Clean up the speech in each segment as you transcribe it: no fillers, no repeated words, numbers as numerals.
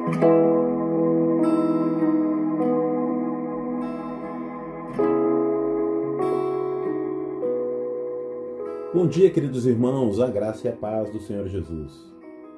Bom dia, queridos irmãos, a graça e a paz do Senhor Jesus.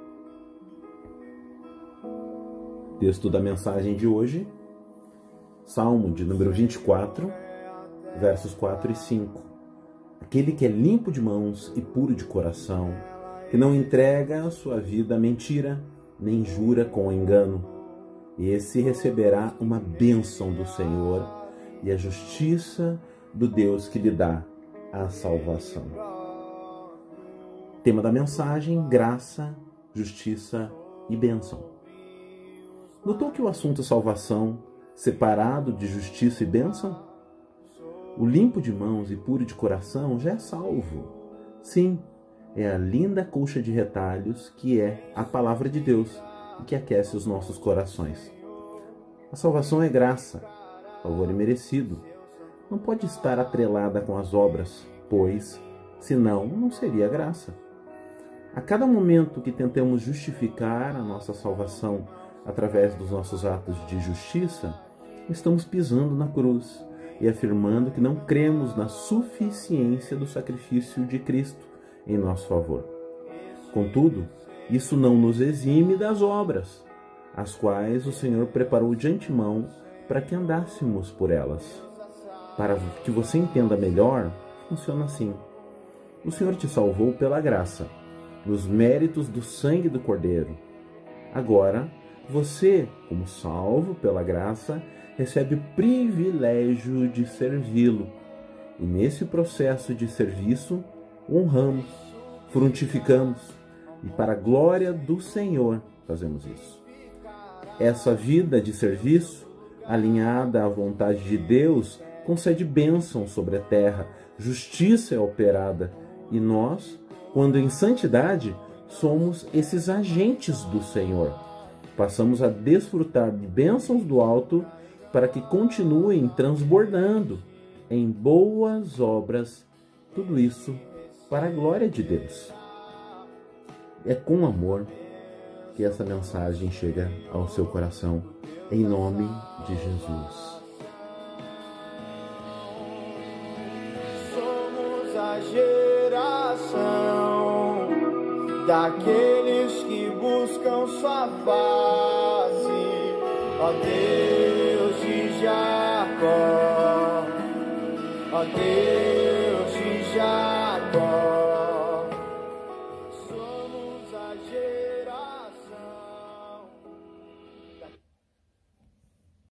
Texto da mensagem de hoje, Salmo de número 24, versos 4 e 5. Aquele que é limpo de mãos e puro de coração, que não entrega a sua vida à mentira, nem jura com engano, esse receberá uma bênção do Senhor e a justiça do Deus que lhe dá a salvação. Tema da mensagem: graça, justiça e bênção. Notou que o assunto salvação, separado de justiça e bênção? O limpo de mãos e puro de coração já é salvo. Sim, é a linda colcha de retalhos que é a palavra de Deus e que aquece os nossos corações. A salvação é graça, favor imerecido. Não pode estar atrelada com as obras, pois, senão, não seria graça. A cada momento que tentamos justificar a nossa salvação através dos nossos atos de justiça, estamos pisando na cruz e afirmando que não cremos na suficiência do sacrifício de Cristo em nosso favor. Contudo, isso não nos exime das obras, as quais o Senhor preparou de antemão para que andássemos por elas. Para que você entenda melhor, funciona assim. O Senhor te salvou pela graça, nos méritos do sangue do Cordeiro. Agora, você, como salvo pela graça, recebe o privilégio de servi-lo. E nesse processo de serviço, honramos, frutificamos, e para a glória do Senhor fazemos isso. Essa vida de serviço, alinhada à vontade de Deus, concede bênção sobre a terra, justiça é operada, e nós, quando em santidade, somos esses agentes do Senhor. Passamos a desfrutar de bênçãos do alto para que continuem transbordando em boas obras, tudo isso para a glória de Deus. É com amor que essa mensagem chega ao seu coração, em nome de Jesus. Somos a geração daqueles que buscam sua face, ó Deus de Jacó, ó Deus